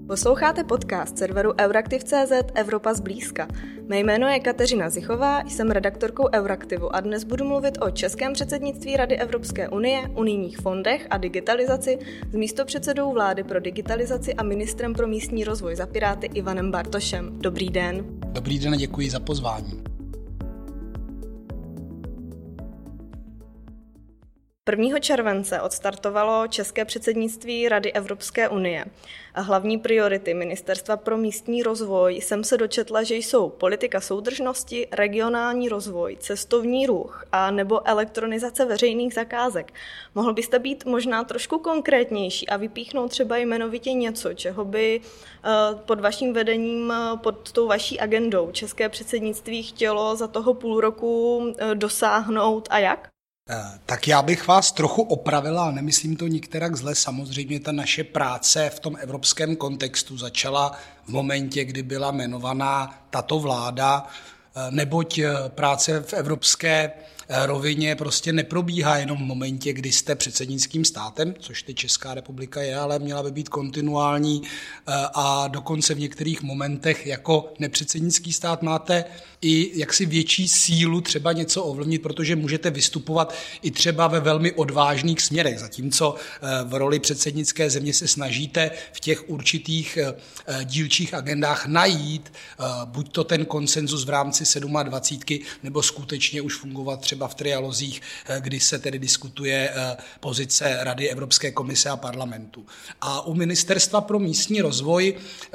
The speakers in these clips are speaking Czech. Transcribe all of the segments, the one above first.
Posloucháte podcast serveru Euraktiv.cz Evropa zblízka. Mé jméno je Kateřina Zichová, jsem redaktorkou Euraktivu a dnes budu mluvit o českém předsednictví Rady Evropské unie, unijních fondech a digitalizaci s místopředsedou vlády pro digitalizaci a ministrem pro místní rozvoj za Piráty Ivanem Bartošem. Dobrý den. Dobrý den a děkuji za pozvání. 1. července odstartovalo české předsednictví Rady Evropské unie. A hlavní priority Ministerstva pro místní rozvoj jsem se dočetla, že jsou politika soudržnosti, regionální rozvoj, cestovní ruch a nebo elektronizace veřejných zakázek. Mohl byste být možná trošku konkrétnější a vypíchnout třeba jmenovitě něco, čeho by pod vaším vedením, pod tou vaší agendou české předsednictví chtělo za toho půl roku dosáhnout a jak? Tak já bych vás trochu opravila, a nemyslím to nikterak zle. Samozřejmě ta naše práce v tom evropském kontextu začala v momentě, kdy byla jmenovaná tato vláda, neboť práce v evropské rovině prostě neprobíhá jenom v momentě, kdy jste předsednickým státem, což teď Česká republika je, ale měla by být kontinuální a dokonce v některých momentech jako nepředsednický stát máte i jaksi větší sílu třeba něco ovlivnit, protože můžete vystupovat i třeba ve velmi odvážných směrech, zatímco v roli předsednické země se snažíte v těch určitých dílčích agendách najít buď to ten konsenzus v rámci 27, nebo skutečně už fungovat třeba v trialozích, kdy se tedy diskutuje pozice Rady Evropské komise a parlamentu. A u Ministerstva pro místní rozvoj,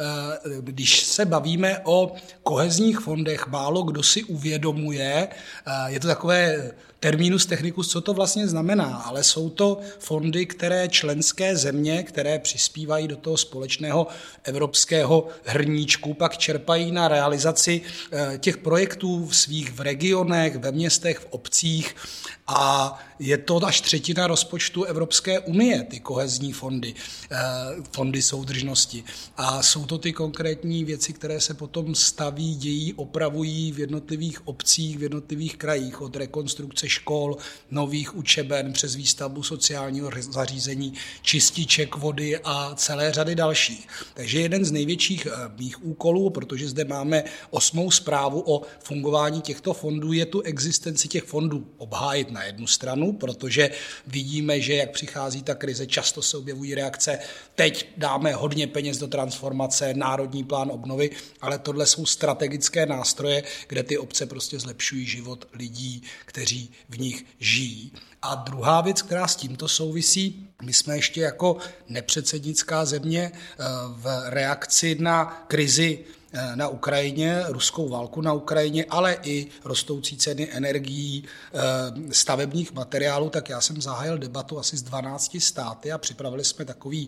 když se bavíme o kohezních fondech, málo kdo si uvědomuje, je to takové terminus technicus, co to vlastně znamená, ale jsou to fondy, které členské země, které přispívají do toho společného evropského hrníčku, pak čerpají na realizaci těch projektů v regionech, ve městech, v obcích a je to až 1/3 rozpočtu Evropské unie, ty kohezní fondy, fondy soudržnosti. A jsou to ty konkrétní věci, které se potom staví, dějí, opravují v jednotlivých obcích, v jednotlivých krajích, od rekonstrukce škol, nových učeben přes výstavbu sociálního zařízení, čističek vody a celé řady dalších. Takže jeden z největších mých úkolů, protože zde máme 8. zprávu o fungování těchto fondů, je tu existenci těch fondů obhájit na jednu stranu, protože vidíme, že jak přichází ta krize, často se objevují reakce, teď dáme hodně peněz do transformace, národní plán obnovy, ale tohle jsou strategické nástroje, kde ty obce prostě zlepšují život lidí, kteří v nich žijí. A druhá věc, která s tímto souvisí, my jsme ještě jako nepředsednická země v reakci na krizi na Ukrajině, ruskou válku na Ukrajině, ale i rostoucí ceny energií, stavebních materiálů, tak já jsem zahájil debatu asi s 12 státy a připravili jsme takový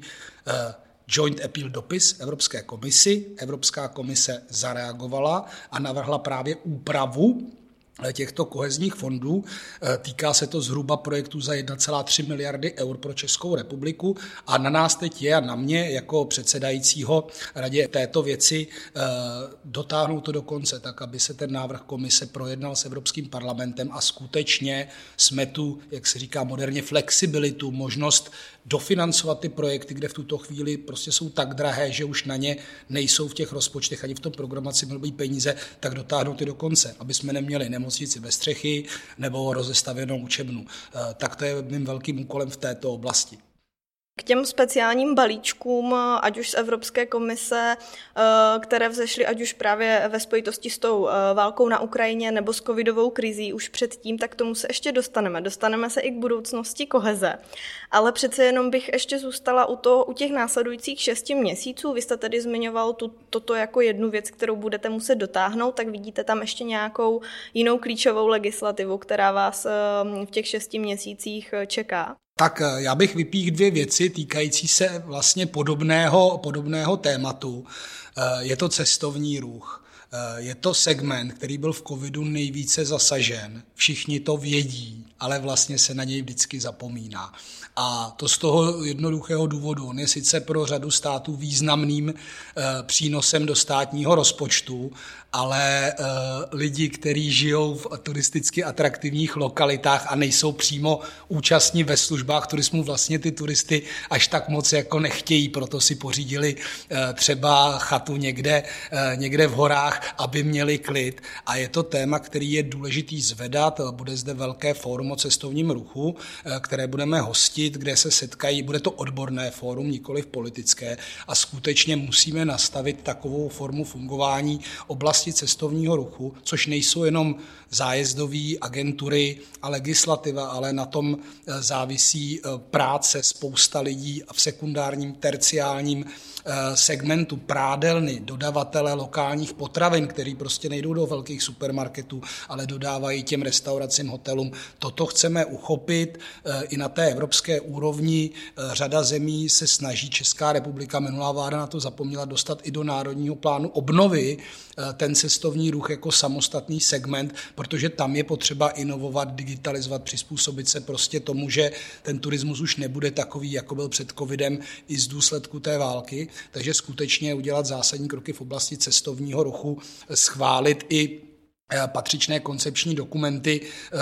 joint appeal dopis Evropské komisi. Evropská komise zareagovala a navrhla právě úpravu těchto kohezních fondů. Týká se to zhruba projektů za 1,3 miliardy eur pro Českou republiku a na nás teď je a na mě jako předsedajícího radě této věci dotáhnout to do konce, tak aby se ten návrh komise projednal s Evropským parlamentem a skutečně jsme tu, jak se říká moderně, flexibilitu, možnost dofinancovat ty projekty, kde v tuto chvíli prostě jsou tak drahé, že už na ně nejsou v těch rozpočtech ani v tom programaci měly být peníze, tak dotáhnout je do konce, aby jsme neměli nemocnici bez střechy nebo rozestavěnou učebnu. Tak to je mým velkým úkolem v této oblasti. K těm speciálním balíčkům, ať už z Evropské komise, které vzešly ať už právě ve spojitosti s tou válkou na Ukrajině nebo s covidovou krizí už předtím, tak k tomu se ještě dostaneme. Dostaneme se i k budoucnosti koheze. Ale přece jenom bych ještě zůstala u těch následujících 6 měsíců. Vy jste tedy zmiňoval toto jako jednu věc, kterou budete muset dotáhnout, tak vidíte tam ještě nějakou jinou klíčovou legislativu, která vás v těch 6 měsících čeká? Tak já bych vypíchl 2 věci týkající se vlastně podobného tématu. Je to cestovní ruch. Je to segment, který byl v covidu nejvíce zasažen. Všichni to vědí, ale vlastně se na něj vždycky zapomíná. A to z toho jednoduchého důvodu. On je sice pro řadu států významným přínosem do státního rozpočtu, ale lidi, kteří žijou v turisticky atraktivních lokalitách a nejsou přímo účastní ve službách turismu, vlastně ty turisty až tak moc jako nechtějí, proto si pořídili třeba chatu někde v horách, aby měli klid. A je to téma, který je důležitý zvedat. Bude zde velké fórum o cestovním ruchu, které budeme hostit, kde se setkají, bude to odborné fórum, nikoliv politické, a skutečně musíme nastavit takovou formu fungování oblasti cestovního ruchu, což nejsou jenom zájezdové agentury a legislativa, ale na tom závisí práce spousta lidí v sekundárním, terciálním segmentu, prádelny, dodavatele lokálních potravin, který prostě nejdou do velkých supermarketů, ale dodávají těm restauracím, hotelům. Toto chceme uchopit i na té evropské úrovni. Řada zemí se snaží, Česká republika, minulá vláda na to zapomněla, dostat i do národního plánu obnovy ten cestovní ruch jako samostatný segment, protože tam je potřeba inovovat, digitalizovat, přizpůsobit se prostě tomu, že ten turismus už nebude takový, jako byl před covidem i z důsledku té války. Takže skutečně udělat zásadní kroky v oblasti cestovního ruchu, schválit i patřičné koncepční dokumenty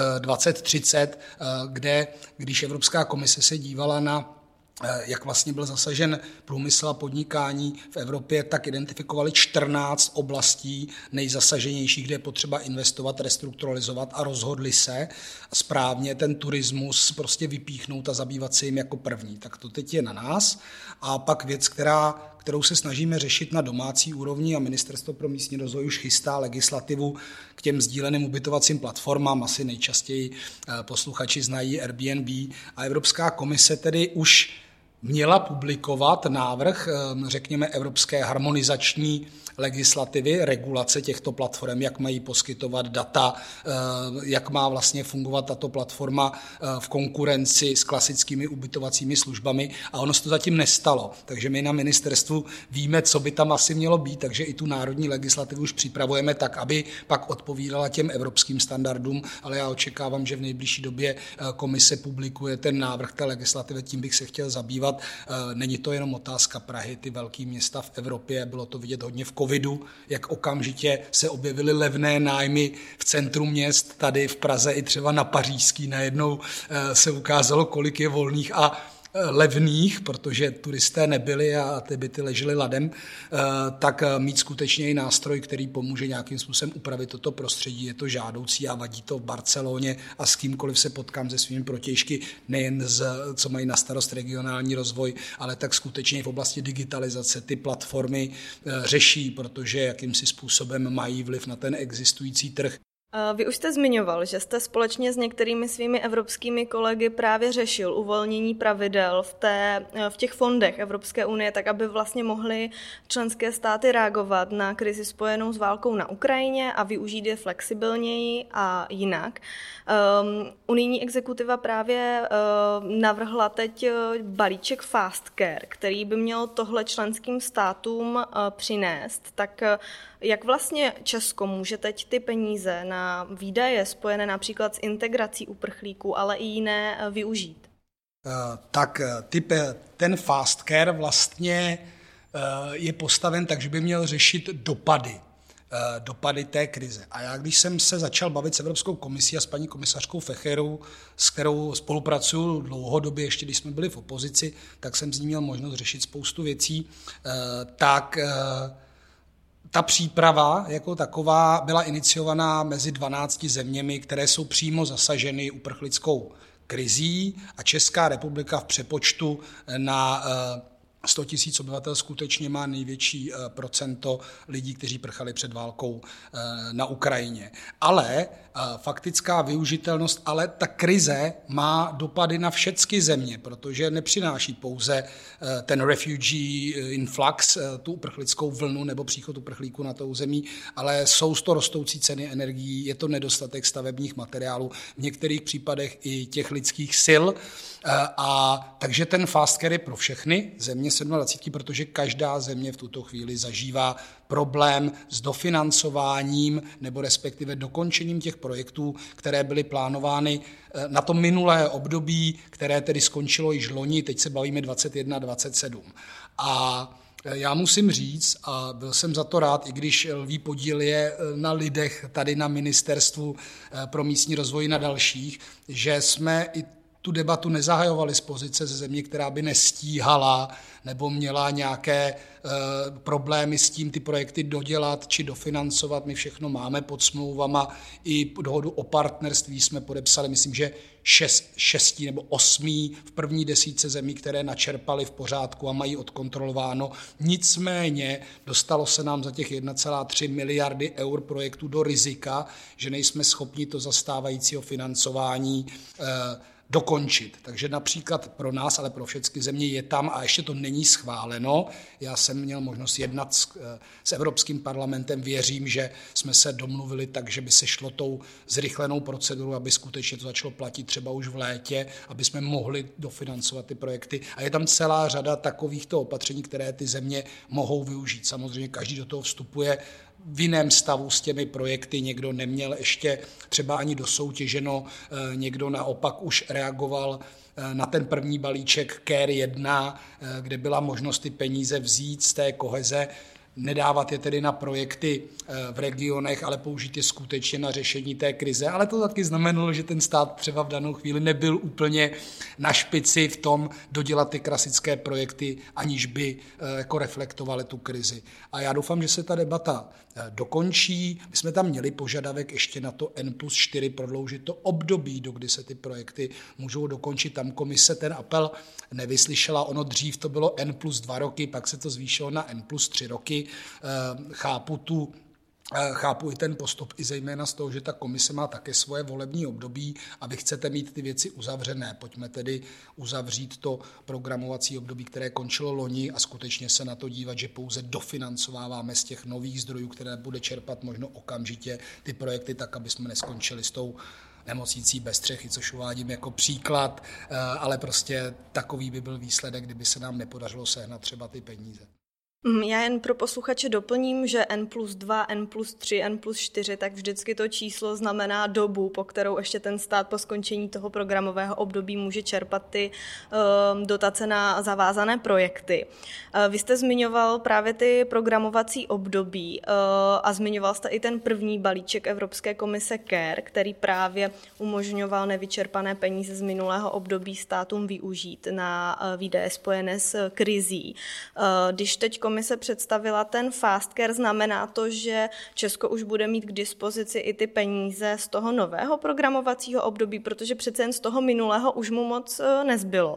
2030, kde, když Evropská komise se dívala na jak vlastně byl zasažen průmysl a podnikání v Evropě, tak identifikovali 14 oblastí nejzasaženějších, kde je potřeba investovat, restrukturalizovat, a rozhodli se správně ten turismus prostě vypíchnout a zabývat se jim jako první. Tak to teď je na nás. A pak věc, kterou se snažíme řešit na domácí úrovni, a Ministerstvo pro místní rozvoj už chystá legislativu k těm sdíleným ubytovacím platformám, asi nejčastěji posluchači znají Airbnb, a Evropská komise tedy už měla publikovat návrh, řekněme, evropské harmonizační legislativy, regulace těchto platform, jak mají poskytovat data, jak má vlastně fungovat tato platforma v konkurenci s klasickými ubytovacími službami, a ono se to zatím nestalo. Takže my na ministerstvu víme, co by tam asi mělo být, takže i tu národní legislativu už připravujeme tak, aby pak odpovídala těm evropským standardům, ale já očekávám, že v nejbližší době komise publikuje ten návrh té legislativy, tím bych se chtěl zabývat. Není to jenom otázka Prahy, ty velké města v Evropě, bylo to vidět hodně v covidu, jak okamžitě se objevily levné nájmy v centru měst, tady v Praze i třeba na Pařížský, najednou se ukázalo, kolik je volných a levných, protože turisté nebyli a ty byty ležely ladem, tak mít skutečně i nástroj, který pomůže nějakým způsobem upravit toto prostředí. Je to žádoucí a vadí to v Barceloně a s kýmkoliv se potkám se svými protějšky, nejen co mají na starost regionální rozvoj, ale tak skutečně v oblasti digitalizace ty platformy řeší, protože jakýmsi způsobem mají vliv na ten existující trh. Vy už jste zmiňoval, že jste společně s některými svými evropskými kolegy právě řešil uvolnění pravidel v těch fondech Evropské unie, tak aby vlastně mohly členské státy reagovat na krizi spojenou s válkou na Ukrajině a využít je flexibilněji a jinak. Unijní exekutiva právě navrhla teď balíček Fast Care, který by měl tohle členským státům přinést. Tak jak vlastně Česko může teď ty peníze na výdaje spojené například s integrací uprchlíků, ale i jiné využít? Tak ten Fast Care vlastně je postaven tak, že by měl řešit dopady té krize. A já, když jsem se začal bavit s Evropskou komisí a s paní komisařkou Fecherou, s kterou spolupracuju dlouhodobě, ještě když jsme byli v opozici, tak jsem s ní měl možnost řešit spoustu věcí, tak ta příprava jako taková byla iniciovaná mezi 12 zeměmi, které jsou přímo zasaženy uprchlickou krizí, a Česká republika v přepočtu na 100 000 obyvatel skutečně má největší procento lidí, kteří prchali před válkou na Ukrajině. Ale faktická využitelnost, ale ta krize má dopady na všechny země, protože nepřináší pouze ten refugee influx, tu uprchlickou vlnu nebo příchod uprchlíků na to území, ale jsou to rostoucí ceny energií, je to nedostatek stavebních materiálů, v některých případech i těch lidských sil. A takže ten Fast Care je pro všechny země 27, protože každá země v tuto chvíli zažívá problém s dofinancováním nebo respektive dokončením těch projektů, které byly plánovány na to minulé období, které tedy skončilo již loni, teď se bavíme 21-27. A já musím říct, a byl jsem za to rád, i když lví podíl je na lidech tady na Ministerstvu pro místní rozvoj na dalších, že jsme i tu debatu nezahajovali z pozice ze země, která by nestíhala nebo měla nějaké problémy s tím ty projekty dodělat či dofinancovat. My všechno máme pod smlouvama. I dohodu o partnerství jsme podepsali, myslím, že 6 nebo 8 v první desítce zemí, které načerpaly v pořádku a mají odkontrolováno. Nicméně dostalo se nám za těch 1,3 miliardy eur projektů do rizika, že nejsme schopni to zastávajícího financování dokončit. Takže například pro nás, ale pro všechny země je tam, a ještě to není schváleno. Já jsem měl možnost jednat s Evropským parlamentem, věřím, že jsme se domluvili tak, že by se šlo tou zrychlenou procedurou, aby skutečně to začalo platit třeba už v létě, aby jsme mohli dofinancovat ty projekty. A je tam celá řada takovýchto opatření, které ty země mohou využít. Samozřejmě každý do toho vstupuje v jiném stavu s těmi projekty, někdo neměl ještě třeba ani dosoutěženo, někdo naopak už reagoval na ten první balíček CARE 1, kde byla možnost ty peníze vzít z té koheze, nedávat je tedy na projekty v regionech, ale použít je skutečně na řešení té krize. Ale to taky znamenalo, že ten stát třeba v danou chvíli nebyl úplně na špici v tom dodělat ty klasické projekty, aniž by jako reflektovaly tu krizi. A já doufám, že se ta debata dokončí. My jsme tam měli požadavek ještě na to N+4 prodloužit to období, do kdy se ty projekty můžou dokončit. Tam komise ten apel nevyslyšela. Ono dřív to bylo N+2 roky, pak se to zvýšilo na N+3 roky. Chápu i ten postup, i zejména z toho, že ta komise má také svoje volební období a vy chcete mít ty věci uzavřené. Pojďme tedy uzavřít to programovací období, které končilo loni, a skutečně se na to dívat, že pouze dofinancováváme z těch nových zdrojů, které bude čerpat možno okamžitě ty projekty, tak aby jsme neskončili s tou nemocnicí bez střechy, což uvádím jako příklad, ale prostě takový by byl výsledek, kdyby se nám nepodařilo sehnat třeba ty peníze. Já jen pro posluchače doplním, že N+2, N+3, N+4, tak vždycky to číslo znamená dobu, po kterou ještě ten stát po skončení toho programového období může čerpat ty dotace na zavázané projekty. Vy jste zmiňoval právě ty programovací období a zmiňoval jste i ten první balíček Evropské komise CARE, který právě umožňoval nevyčerpané peníze z minulého období státům využít na výdaje spojené s krizí. Když teď komise představila ten fast care, znamená to, že Česko už bude mít k dispozici i ty peníze z toho nového programovacího období, protože přece jen z toho minulého už mu moc nezbylo.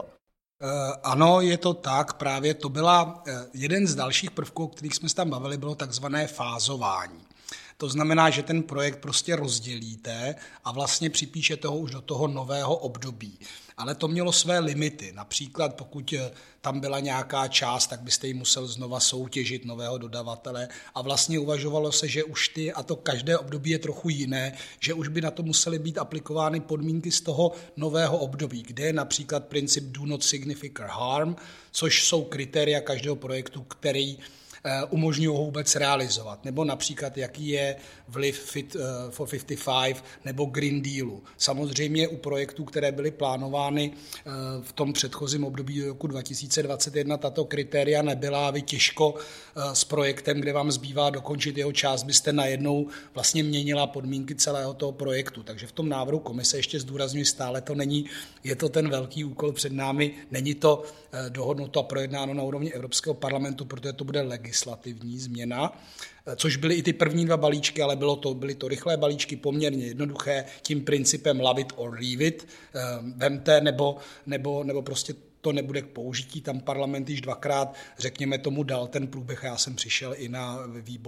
Ano, je to tak, právě to byla jeden z dalších prvků, o kterých jsme se tam bavili, bylo takzvané fázování. To znamená, že ten projekt prostě rozdělíte a vlastně připíšete ho už do toho nového období. Ale to mělo své limity. Například pokud tam byla nějaká část, tak byste ji musel znova soutěžit nového dodavatele a vlastně uvažovalo se, že už a to každé období je trochu jiné, že už by na to musely být aplikovány podmínky z toho nového období, kde je například princip do not significant harm, což jsou kritéria každého projektu, který umožňují ho vůbec realizovat. Nebo například, jaký je vliv Fit for 55 nebo Green Dealu. Samozřejmě u projektů, které byly plánovány v tom předchozím období do roku 2021, tato kritéria nebyla a vy těžko s projektem, kde vám zbývá dokončit jeho část, byste najednou vlastně měnila podmínky celého toho projektu. Takže v tom návrhu komise ještě zdůrazňuji, stále to není, je to ten velký úkol před námi, není to dohodnuto a projednáno na úrovni Evropského parlamentu, protože to bude legislativní změna, což byly i ty první 2 balíčky, ale byly to rychlé balíčky, poměrně jednoduché, tím principem love it or leave it, vemte nebo prostě to nebude k použití. Tam parlament již 2krát, řekněme tomu, dal ten průběh. Já jsem přišel i na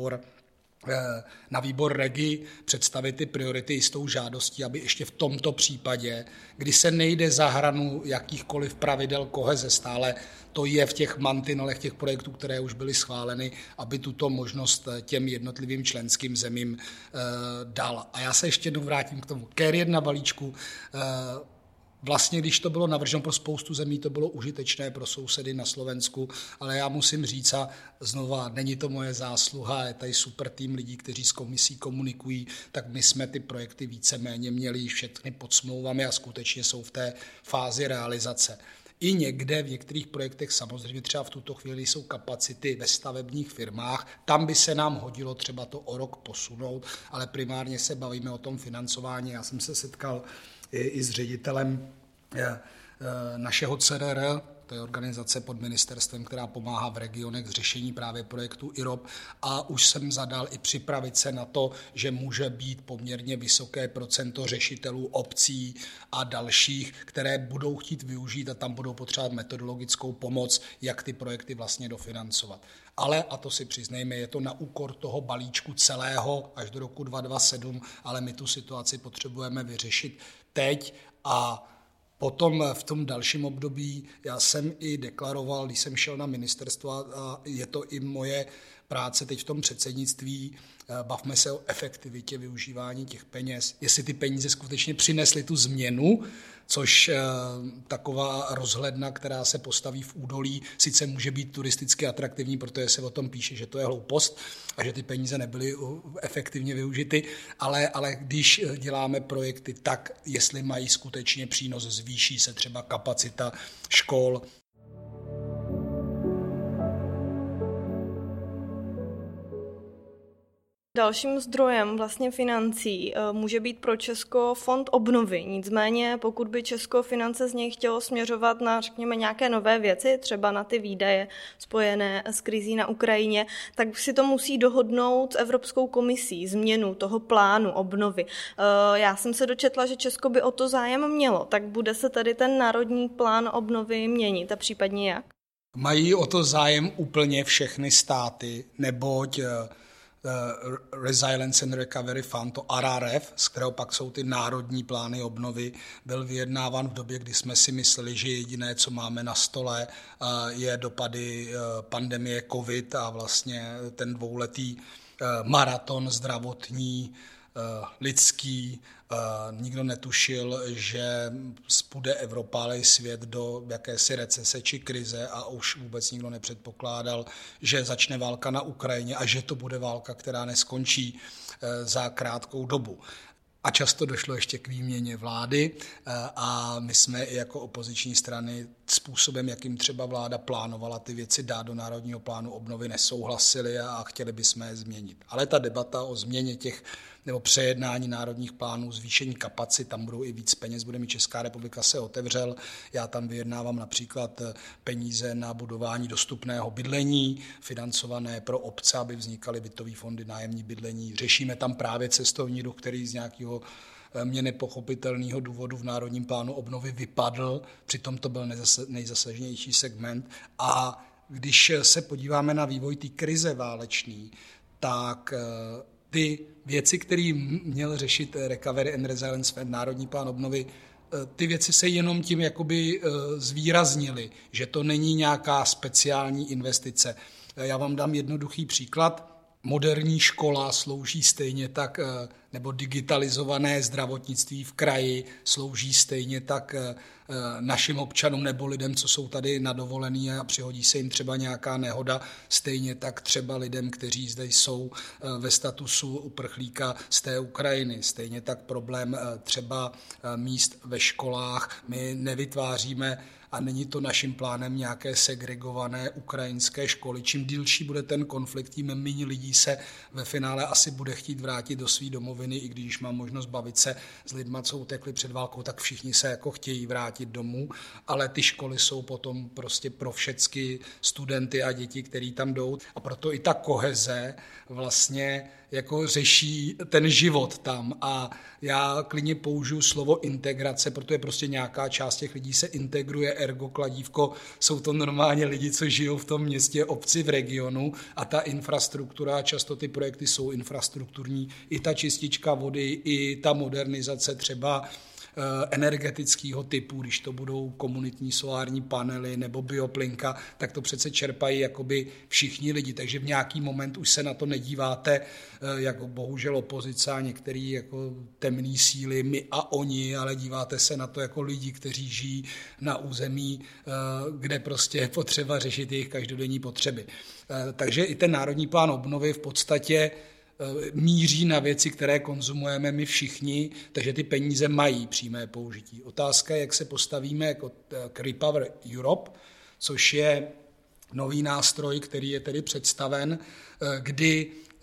výbor Regi představit ty priority s tou žádostí, aby ještě v tomto případě, kdy se nejde za hranu jakýchkoliv pravidel koheze, stále to je v těch mantinelech těch projektů, které už byly schváleny, aby tuto možnost těm jednotlivým členským zemím dal. A já se ještě jednou vrátím k tomu CARE 1 balíčku. Vlastně, když to bylo navrženo pro spoustu zemí, to bylo užitečné pro sousedy na Slovensku, ale já musím říct, a znova, není to moje zásluha, je tady super tým lidí, kteří s komisí komunikují, tak my jsme ty projekty víceméně měli všechny pod smlouvami a skutečně jsou v té fázi realizace. I někde v některých projektech samozřejmě třeba v tuto chvíli jsou kapacity ve stavebních firmách, tam by se nám hodilo třeba to o rok posunout, ale primárně se bavíme o tom financování. Já jsem se setkal i s ředitelem našeho CRR, to je organizace pod ministerstvem, která pomáhá v regionech s řešení právě projektu IROP, a už jsem zadal i připravit se na to, že může být poměrně vysoké procento řešitelů obcí a dalších, které budou chtít využít a tam budou potřebovat metodologickou pomoc, jak ty projekty vlastně dofinancovat. Ale, a to si přiznejme, je to na úkor toho balíčku celého až do roku 2027, ale my tu situaci potřebujeme vyřešit teď a potom v tom dalším období já jsem i deklaroval, když jsem šel na ministerstvo, a je to i moje práce teď v tom předsednictví, bavme se o efektivitě využívání těch peněz, jestli ty peníze skutečně přinesly tu změnu, což taková rozhledna, která se postaví v údolí, sice může být turisticky atraktivní, protože se o tom píše, že to je hloupost a že ty peníze nebyly efektivně využity, ale když děláme projekty tak, jestli mají skutečně přínos, zvýší se třeba kapacita škol. Dalším zdrojem vlastně financí může být pro Česko fond obnovy. Nicméně, pokud by Česko finance z něj chtělo směřovat na, řekněme, nějaké nové věci, třeba na ty výdaje spojené s krizí na Ukrajině, tak si to musí dohodnout s Evropskou komisí, změnu toho plánu obnovy. Já jsem se dočetla, že Česko by o to zájem mělo, tak bude se tady ten národní plán obnovy měnit a případně jak? Mají o to zájem úplně všechny státy, neboť Resilience and Recovery Fund, to RRF, z kterého pak jsou ty národní plány obnovy, byl vyjednáván v době, kdy jsme si mysleli, že jediné, co máme na stole, je dopady pandemie COVID a vlastně ten dvouletý maraton zdravotní, lidský. Nikdo netušil, že spůjde Evropa, ale i svět do jakési recese či krize a už vůbec nikdo nepředpokládal, že začne válka na Ukrajině a že to bude válka, která neskončí za krátkou dobu. A často došlo ještě k výměně vlády a my jsme i jako opoziční strany způsobem, jakým třeba vláda plánovala ty věci dát do Národního plánu obnovy, nesouhlasili a chtěli bychom je změnit. Ale ta debata o změně těch nebo přejednání národních plánů, zvýšení kapacit, tam budou i víc peněz, bude mít Česká republika, se otevřel. Já tam vyjednávám například peníze na budování dostupného bydlení, financované pro obce, aby vznikaly bytové fondy, nájemní bydlení. Řešíme tam právě cestovní ruch, který z nějakého mně nepochopitelného důvodu v Národním plánu obnovy vypadl, přitom to byl nejzasaženější segment. A když se podíváme na vývoj té krize válečný, tak ty věci, které měl řešit Recovery and Resilience Fund, Národní plán obnovy, ty věci se jenom tím jakoby zvýraznily, že to není nějaká speciální investice. Já vám dám jednoduchý příklad. Moderní škola slouží stejně tak, nebo digitalizované zdravotnictví v kraji slouží stejně tak našim občanům nebo lidem, co jsou tady na dovolený a přihodí se jim třeba nějaká nehoda, stejně tak třeba lidem, kteří zde jsou ve statusu uprchlíka z té Ukrajiny. Stejně tak problém třeba míst ve školách. My nevytváříme a není to naším plánem nějaké segregované ukrajinské školy. Čím dílší bude ten konflikt, tím méně lidí se ve finále asi bude chtít vrátit do své domoviny, i když mám možnost bavit se s lidma, co utekli před válkou, tak všichni se jako chtějí vrátit domů, ale ty školy jsou potom prostě pro všechny studenty a děti, který tam jdou, a proto i ta koheze vlastně jako řeší ten život tam. A já klidně použiju slovo integrace, protože prostě nějaká část těch lidí se integruje, ergo kladívko, jsou to normálně lidi, co žijou v tom městě, obci, v regionu, a ta infrastruktura, často ty projekty jsou infrastrukturní, i ta čistička vody, i ta modernizace třeba energetického typu, když to budou komunitní solární panely nebo bioplynka, tak to přece čerpají jakoby všichni lidi, takže v nějaký moment už se na to nedíváte jako bohužel opozice a některý jako temný síly, my a oni, ale díváte se na to jako lidi, kteří žijí na území, kde prostě je potřeba řešit jejich každodenní potřeby. Takže i ten Národní plán obnovy v podstatě míří na věci, které konzumujeme my všichni, takže ty peníze mají přímé použití. Otázka je, jak se postavíme jako k Repower Europe, což je nový nástroj, který je tedy představen, kdy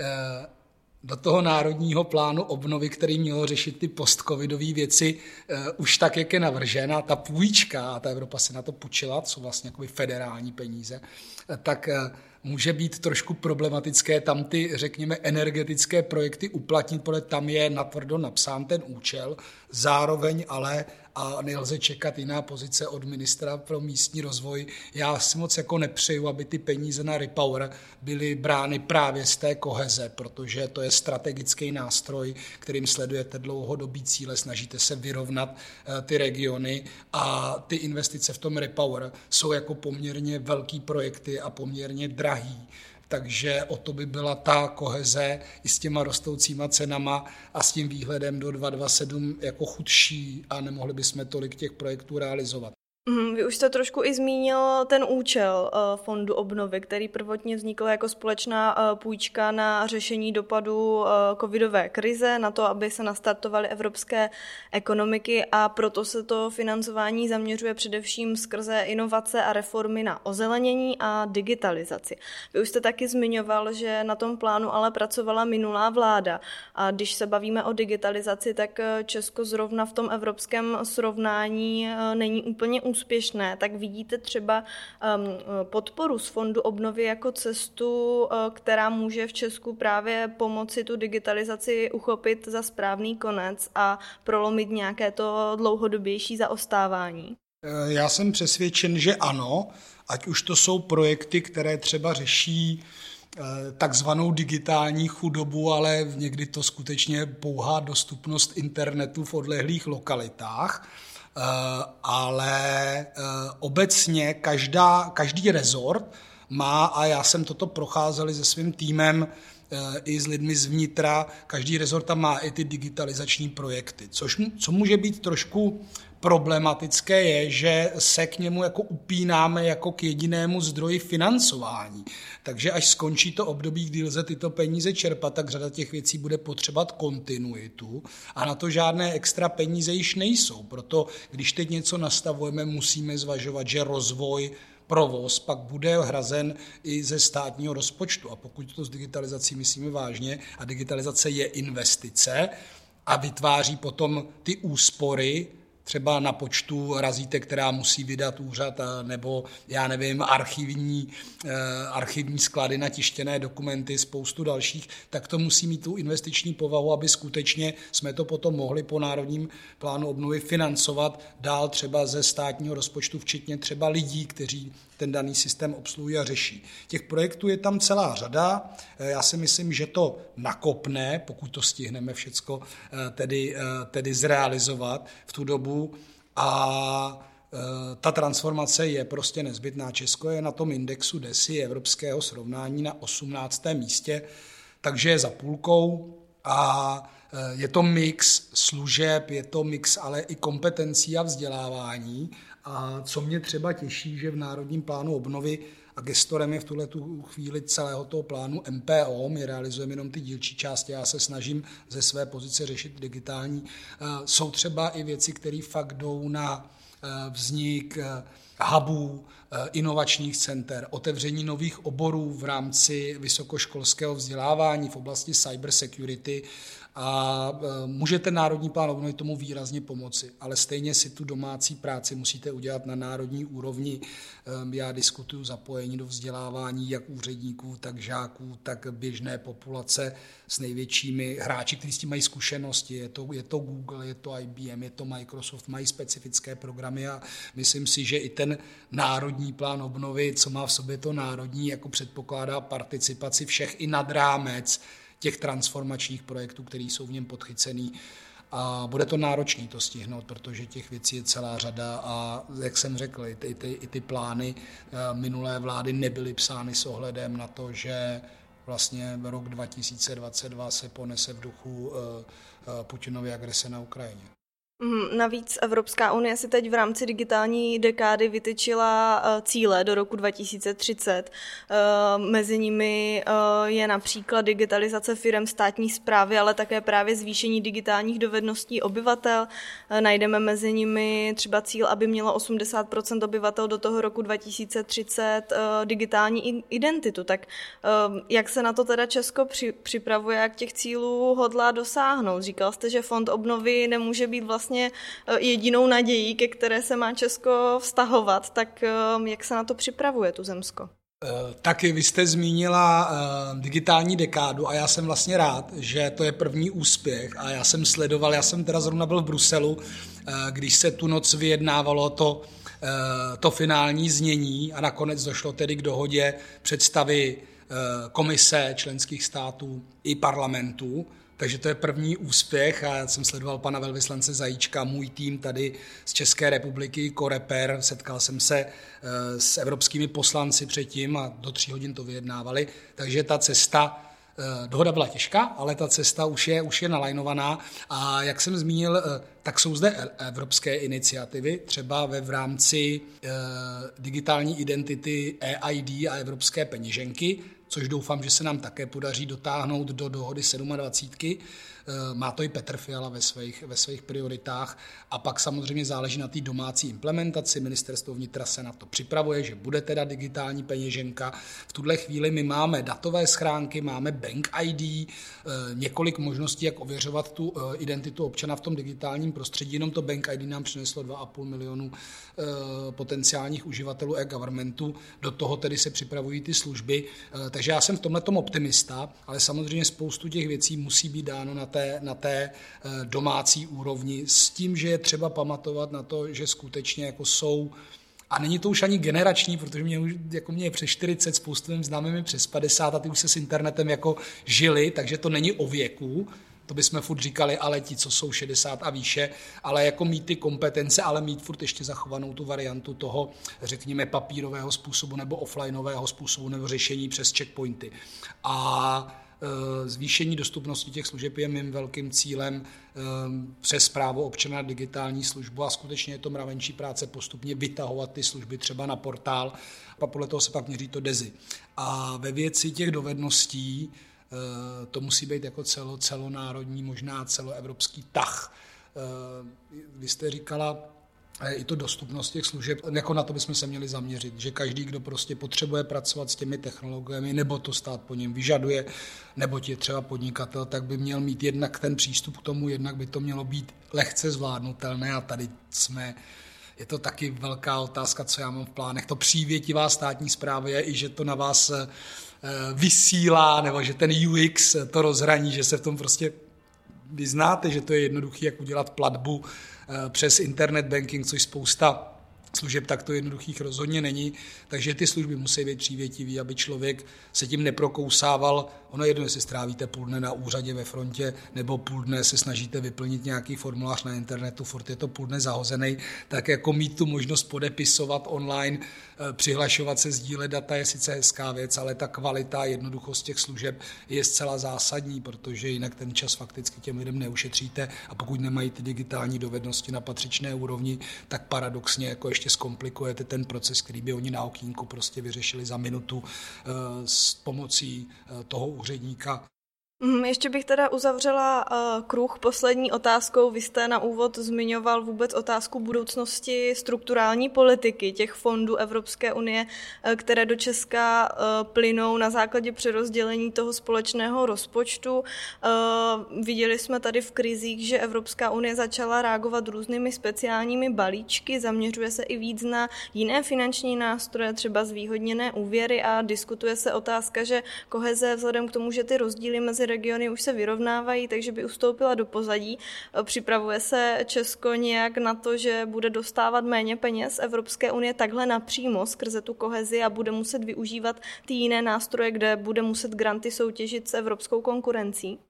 do toho Národního plánu obnovy, který mělo řešit ty postcovidové věci, už tak, jak je navržena, ta půjčka, a ta Evropa se na to půjčila, to jsou vlastně jakoby federální peníze, tak může být trošku problematické tam ty, řekněme, energetické projekty uplatnit, protože tam je natvrdo napsán ten účel, zároveň ale, a nelze čekat jiná pozice od ministra pro místní rozvoj, já si moc jako nepřeju, aby ty peníze na Repower byly brány právě z té koheze, protože to je strategický nástroj, kterým sledujete dlouhodobý cíle, snažíte se vyrovnat ty regiony a ty investice v tom Repower jsou jako poměrně velký projekty a poměrně drahý. Takže o to by byla ta koheze i s těma rostoucíma cenama a s tím výhledem do 2027 jako chudší a nemohli bychom tolik těch projektů realizovat. Vy už jste trošku i zmínil ten účel fondu obnovy, který prvotně vznikl jako společná půjčka na řešení dopadu covidové krize, na to, aby se nastartovaly evropské ekonomiky a proto se to financování zaměřuje především skrze inovace a reformy na ozelenění a digitalizaci. Vy už jste taky zmiňoval, že na tom plánu ale pracovala minulá vláda a když se bavíme o digitalizaci, tak Česko zrovna v tom evropském srovnání není úplně úspěšné, tak vidíte třeba podporu z fondu obnovy jako cestu, která může v Česku právě pomoci tu digitalizaci uchopit za správný konec a prolomit nějaké to dlouhodobější zaostávání? Já jsem přesvědčen, že ano, ať už to jsou projekty, které třeba řeší takzvanou digitální chudobu, ale někdy to skutečně pouhá dostupnost internetu v odlehlých lokalitách. Ale obecně každý rezort má, a já jsem toto procházel se svým týmem i s lidmi zvnitra, každý rezort tam má i ty digitalizační projekty, co může být trošku problematické je, že se k němu jako upínáme jako k jedinému zdroji financování. Takže až skončí to období, kdy lze tyto peníze čerpat, tak řada těch věcí bude potřebovat kontinuitu a na to žádné extra peníze již nejsou. Proto když teď něco nastavujeme, musíme zvažovat, že rozvoj, provoz pak bude hrazen i ze státního rozpočtu. A pokud to s digitalizací myslíme vážně, a digitalizace je investice a vytváří potom ty úspory, třeba na počtu razítek, která musí vydat úřad, nebo já nevím, archivní sklady na tištěné dokumenty, spoustu dalších, tak to musí mít tu investiční povahu, aby skutečně jsme to potom mohli po Národním plánu obnovy financovat dál třeba ze státního rozpočtu, včetně třeba lidí, kteří ten daný systém obsluhují a řeší. Těch projektů je tam celá řada. Já si myslím, že to nakopne, pokud to stihneme všecko tedy zrealizovat v tu dobu. A ta transformace je prostě nezbytná. Česko je na tom indexu DESI evropského srovnání na 18. místě, takže je za půlkou a je to mix služeb, je to mix ale i kompetencí a vzdělávání. A co mě třeba těší, že v Národním plánu obnovy a gestorem je v tuhletu chvíli celého toho plánu MPO, my realizujeme jenom ty dílčí části, já se snažím ze své pozice řešit digitální. Jsou třeba i věci, které fakt jdou na vznik hubů, inovačních center, otevření nových oborů v rámci vysokoškolského vzdělávání v oblasti cyber security a může ten Národní plán obnovy tomu výrazně pomoci, ale stejně si tu domácí práci musíte udělat na národní úrovni. Já diskutuju zapojení do vzdělávání jak úředníků, tak žáků, tak běžné populace s největšími hráči, kteří s tím mají zkušenosti. Je to Google, je to IBM, je to Microsoft, mají specifické programy a myslím si, že i ten Národní plán obnovy, co má v sobě to národní, jako předpokládá participaci všech i nad rámec těch transformačních projektů, které jsou v něm podchycený. A bude to náročné to stihnout, protože těch věcí je celá řada a jak jsem řekl, i ty plány minulé vlády nebyly psány s ohledem na to, že vlastně rok 2022 se ponese v duchu Putinovy agrese na Ukrajině. Navíc Evropská unie si teď v rámci digitální dekády vytyčila cíle do roku 2030. Mezi nimi je například digitalizace firem státní správy, ale také právě zvýšení digitálních dovedností obyvatel. Najdeme mezi nimi třeba cíl, aby mělo 80% obyvatel do toho roku 2030 digitální identitu. Tak jak se na to teda Česko připravuje, jak těch cílů hodlá dosáhnout? Říkal jste, že Fond obnovy nemůže být vlastně jedinou nadějí, ke které se má Česko vztahovat, tak jak se na to připravuje tuzemsko? Taky vy jste zmínila digitální dekádu a já jsem vlastně rád, že to je první úspěch a já jsem teda zrovna byl v Bruselu, když se tu noc vyjednávalo to finální znění a nakonec došlo tedy k dohodě představy komise členských států i parlamentů. Takže to je první úspěch a já jsem sledoval pana velvyslance Zajíčka, můj tým tady z České republiky, Coreper, setkal jsem se s evropskými poslanci předtím a do 3 hodin to vyjednávali, takže ta cesta, dohoda byla těžká, ale ta cesta už je nalajnovaná a jak jsem zmínil, tak jsou zde evropské iniciativy, třeba v rámci digitální identity EID a evropské peněženky, což doufám, že se nám také podaří dotáhnout do dohody 27. Má to i Petr Fiala ve svých prioritách a pak samozřejmě záleží na té domácí implementaci. Ministerstvo vnitra se na to připravuje, že bude teda digitální peněženka. V tuhle chvíli my máme datové schránky, máme Bank ID, několik možností, jak ověřovat tu identitu občana v tom digitálním prostředí. Jenom to Bank ID nám přineslo 2,5 milionu potenciálních uživatelů e-governmentu. Do toho tedy se připravují ty služby. Takže já jsem v tomhletom optimista, ale samozřejmě spoustu těch věcí musí být dáno na té domácí úrovni s tím, že je třeba pamatovat na to, že skutečně jako jsou, a není to už ani generační, protože mě je přes 40, spoustu mým známým přes 50 a ty už se s internetem jako žili, takže to není o věku, to bychom furt říkali, ale ti, co jsou 60 a výše, ale jako mít ty kompetence, ale mít furt ještě zachovanou tu variantu toho, řekněme, papírového způsobu nebo offlineového způsobu nebo řešení přes checkpointy. A zvýšení dostupnosti těch služeb je mým velkým cílem přes právo občana na digitální službu a skutečně je to mravenčí práce postupně vytahovat ty služby třeba na portál a podle toho se pak měří to DESI. A ve věci těch dovedností to musí být jako celonárodní, možná celoevropský tah. Vy jste říkala, i to dostupnost těch služeb, jako na to bychom se měli zaměřit, že každý, kdo prostě potřebuje pracovat s těmi technologiemi, nebo to stát po něm vyžaduje, nebo je třeba podnikatel, tak by měl mít jednak ten přístup k tomu, jednak by to mělo být lehce zvládnutelné a tady je to taky velká otázka, co já mám v plánech. To přívětivá státní správa je i, že to na vás vysílá, nebo že ten UX, to rozhraní, že se v tom prostě vyznáte, že to je jednoduché, jak udělat platbu přes internet banking, což spousta služeb tak to jednoduchých rozhodně není, takže ty služby musí být přívětivý, aby člověk se tím neprokousával. Ono jedno, jestli strávíte půl dne na úřadě ve frontě, nebo půl dne se snažíte vyplnit nějaký formulář na internetu, furt je to půl dne zahozený, tak jako mít tu možnost podepisovat online, přihlašovat se, sdílet data je sice hezká věc, ale ta kvalita a jednoduchost těch služeb je zcela zásadní, protože jinak ten čas fakticky těm lidem neušetříte a pokud nemají ty digitální dovednosti na patřičné úrovni, tak paradoxně jako ještě zkomplikujete ten proces, který by oni na okýnku prostě vyřešili za minutu s pomocí toho úředníka. Ještě bych teda uzavřela kruh poslední otázkou. Vy jste na úvod zmiňoval vůbec otázku budoucnosti strukturální politiky těch fondů Evropské unie, které do Česka plynou na základě přerozdělení toho společného rozpočtu. Viděli jsme tady v krizích, že Evropská unie začala reagovat různými speciálními balíčky, zaměřuje se i víc na jiné finanční nástroje, třeba zvýhodněné úvěry a diskutuje se otázka, že koheze vzhledem k tomu, že ty rozdíly mezi regiony už se vyrovnávají, takže by ustoupila do pozadí. Připravuje se Česko nějak na to, že bude dostávat méně peněz Evropské unie takhle napřímo skrze tu kohezi a bude muset využívat ty jiné nástroje, kde bude muset granty soutěžit s evropskou konkurencí?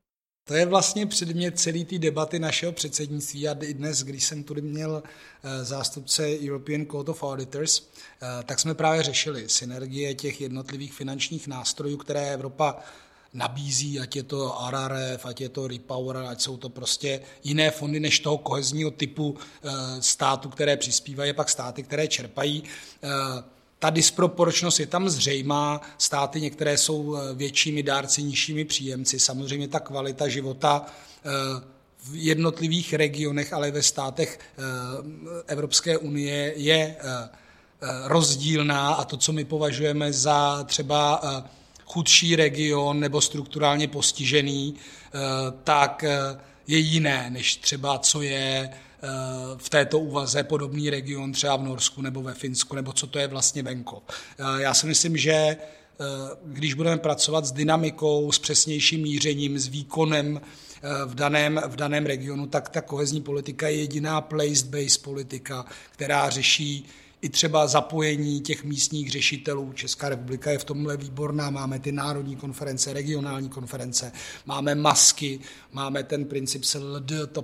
To je vlastně předmět celé té debaty našeho předsednictví a i dnes, když jsem tady měl zástupce European Court of Auditors, tak jsme právě řešili synergie těch jednotlivých finančních nástrojů, které Evropa nabízí, ať je to RRF, ať je to Repower, ať jsou to prostě jiné fondy než toho kohezního typu států, které přispívají, a pak státy, které čerpají. Ta disproporčnost je tam zřejmá, státy některé jsou většími dárci, nižšími příjemci. Samozřejmě ta kvalita života v jednotlivých regionech, ale ve státech Evropské unie je rozdílná a to, co my považujeme za třeba chudší region nebo strukturálně postižený, tak je jiné, než třeba co je v této úvaze podobný region třeba v Norsku nebo ve Finsku, nebo co to je vlastně venkov. Já si myslím, že když budeme pracovat s dynamikou, s přesnějším mířením, s výkonem v daném regionu, tak ta kohezní politika je jediná place-based politika, která řeší i třeba zapojení těch místních řešitelů. Česká republika je v tomhle výborná, máme ty národní konference, regionální konference, máme masky, máme ten princip SLD, to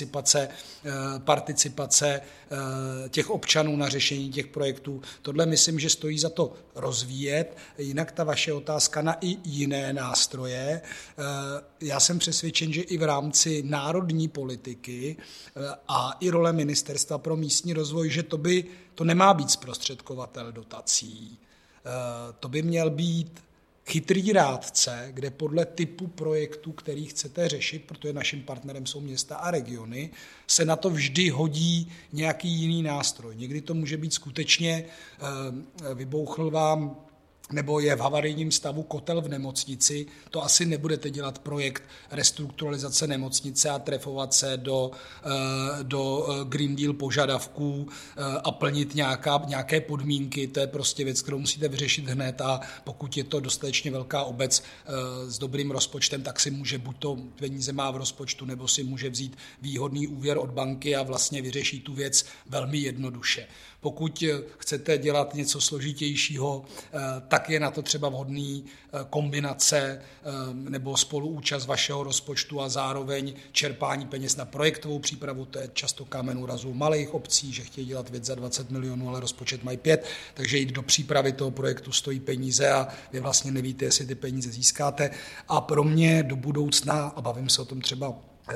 participace těch občanů na řešení těch projektů. Tohle myslím, že stojí za to rozvíjet. Jinak ta vaše otázka na i jiné nástroje. Já jsem přesvědčen, že i v rámci národní politiky a i role Ministerstva pro místní rozvoj, že to nemá být zprostředkovatel dotací. To by měl být chytrý rádce, kde podle typu projektu, který chcete řešit, protože naším partnerem jsou města a regiony, se na to vždy hodí nějaký jiný nástroj. Někdy to může být skutečně vybouchl vám nebo je v havarijním stavu kotel v nemocnici, to asi nebudete dělat projekt restrukturalizace nemocnice a trefovat se do Green Deal požadavků a plnit nějaké podmínky. To je prostě věc, kterou musíte vyřešit hned a pokud je to dostatečně velká obec s dobrým rozpočtem, tak si může buď to peníze má v rozpočtu, nebo si může vzít výhodný úvěr od banky a vlastně vyřeší tu věc velmi jednoduše. Pokud chcete dělat něco složitějšího, tak je na to třeba vhodný kombinace nebo spoluúčast vašeho rozpočtu a zároveň čerpání peněz na projektovou přípravu. To je často kámen úrazu malých obcí, že chtějí dělat věc za 20 milionů, ale rozpočet mají 5, takže jít do přípravy toho projektu stojí peníze a vy vlastně nevíte, jestli ty peníze získáte. A pro mě do budoucna, a bavím se o tom třeba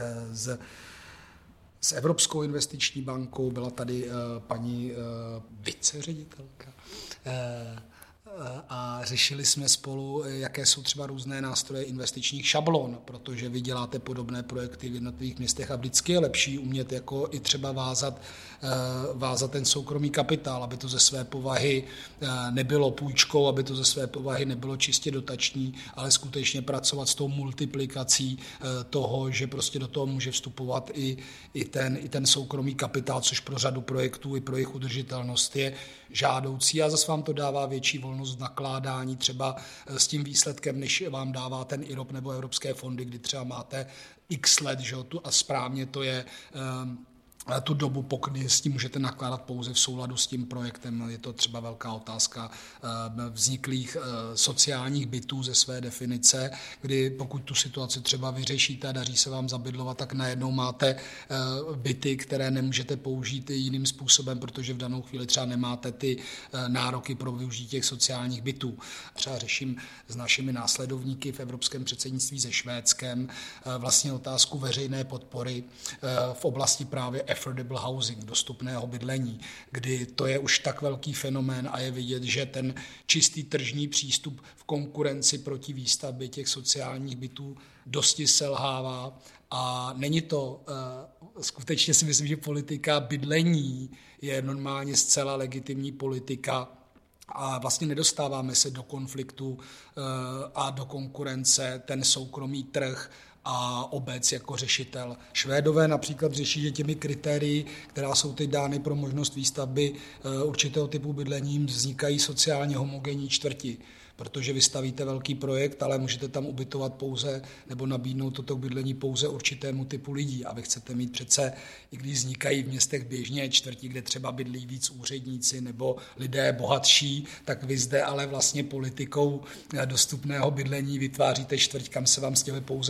s Evropskou investiční bankou, byla tady paní viceředitelka a řešili jsme spolu, jaké jsou třeba různé nástroje investičních šablon, protože vy děláte podobné projekty v jednotlivých městech a vždycky je lepší umět jako i třeba vázat ten soukromý kapitál, aby to ze své povahy nebylo půjčkou, aby to ze své povahy nebylo čistě dotační, ale skutečně pracovat s tou multiplikací toho, že prostě do toho může vstupovat i ten soukromý kapitál, což pro řadu projektů i pro jejich udržitelnost je žádoucí a zase vám to dává větší volnost v nakládání třeba s tím výsledkem, než vám dává ten IROP nebo evropské fondy, kdy třeba máte x let, že jo, a správně to je tu dobu, pokud s tím můžete nakládat pouze v souladu s tím projektem. Je to třeba velká otázka vzniklých sociálních bytů ze své definice, kdy pokud tu situaci třeba vyřešíte a daří se vám zabydlovat, tak najednou máte byty, které nemůžete použít jiným způsobem, protože v danou chvíli třeba nemáte ty nároky pro využití těch sociálních bytů. Třeba řeším s našimi následovníky v evropském předsednictví se Švédskem vlastně otázku veřejné podpory v oblasti právě affordable housing, dostupného bydlení, kdy to je už tak velký fenomén a je vidět, že ten čistý tržní přístup v konkurenci proti výstavbě těch sociálních bytů dosti selhává a není to, skutečně si myslím, že politika bydlení je normálně zcela legitimní politika a vlastně nedostáváme se do konfliktu a do konkurence, ten soukromý trh a obec jako řešitel. Švédové například řeší, že těmi kritérii, která jsou teď dány pro možnost výstavby určitého typu bydlení, vznikají sociálně homogenní čtvrti, protože vystavíte velký projekt, ale můžete tam ubytovat pouze nebo nabídnout toto bydlení pouze určitému typu lidí. A vy chcete mít přece, i když vznikají v městech běžně čtvrti, kde třeba bydlí víc úředníci nebo lidé bohatší, tak vy zde ale vlastně politikou dostupného bydlení vytváříte čtvrť, kam se vám stěhuje pouze určité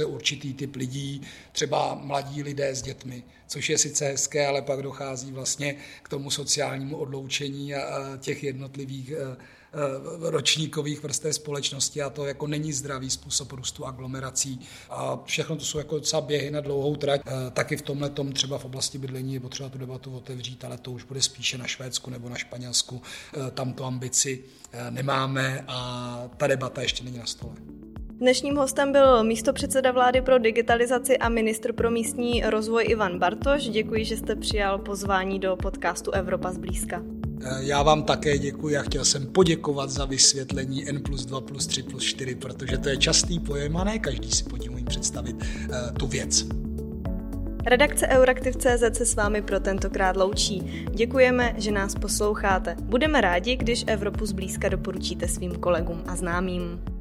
určitý typ lidí, třeba mladí lidé s dětmi, což je sice hezké, ale pak dochází vlastně k tomu sociálnímu odloučení a těch jednotlivých ročníkových vrstev společnosti a to jako není zdravý způsob růstu aglomerací a všechno to jsou jako docela běhy na dlouhou trať. Taky v tomhletom třeba v oblasti bydlení je potřeba tu debatu otevřít, ale to už bude spíše na Švédsku nebo na Španělsku. Tam tu ambici nemáme a ta debata ještě není na stole. Dnešním hostem byl místopředseda vlády pro digitalizaci a ministr pro místní rozvoj Ivan Bartoš. Děkuji, že jste přijal pozvání do podcastu Evropa zblízka. Já vám také děkuji a chtěl jsem poděkovat za vysvětlení N+2 + 3 + 4, protože to je častý pojem a ne každý si pod tím umí představit tu věc. Redakce Euraktiv.cz se s vámi pro tentokrát loučí. Děkujeme, že nás posloucháte. Budeme rádi, když Evropu zblízka doporučíte svým kolegům a známým.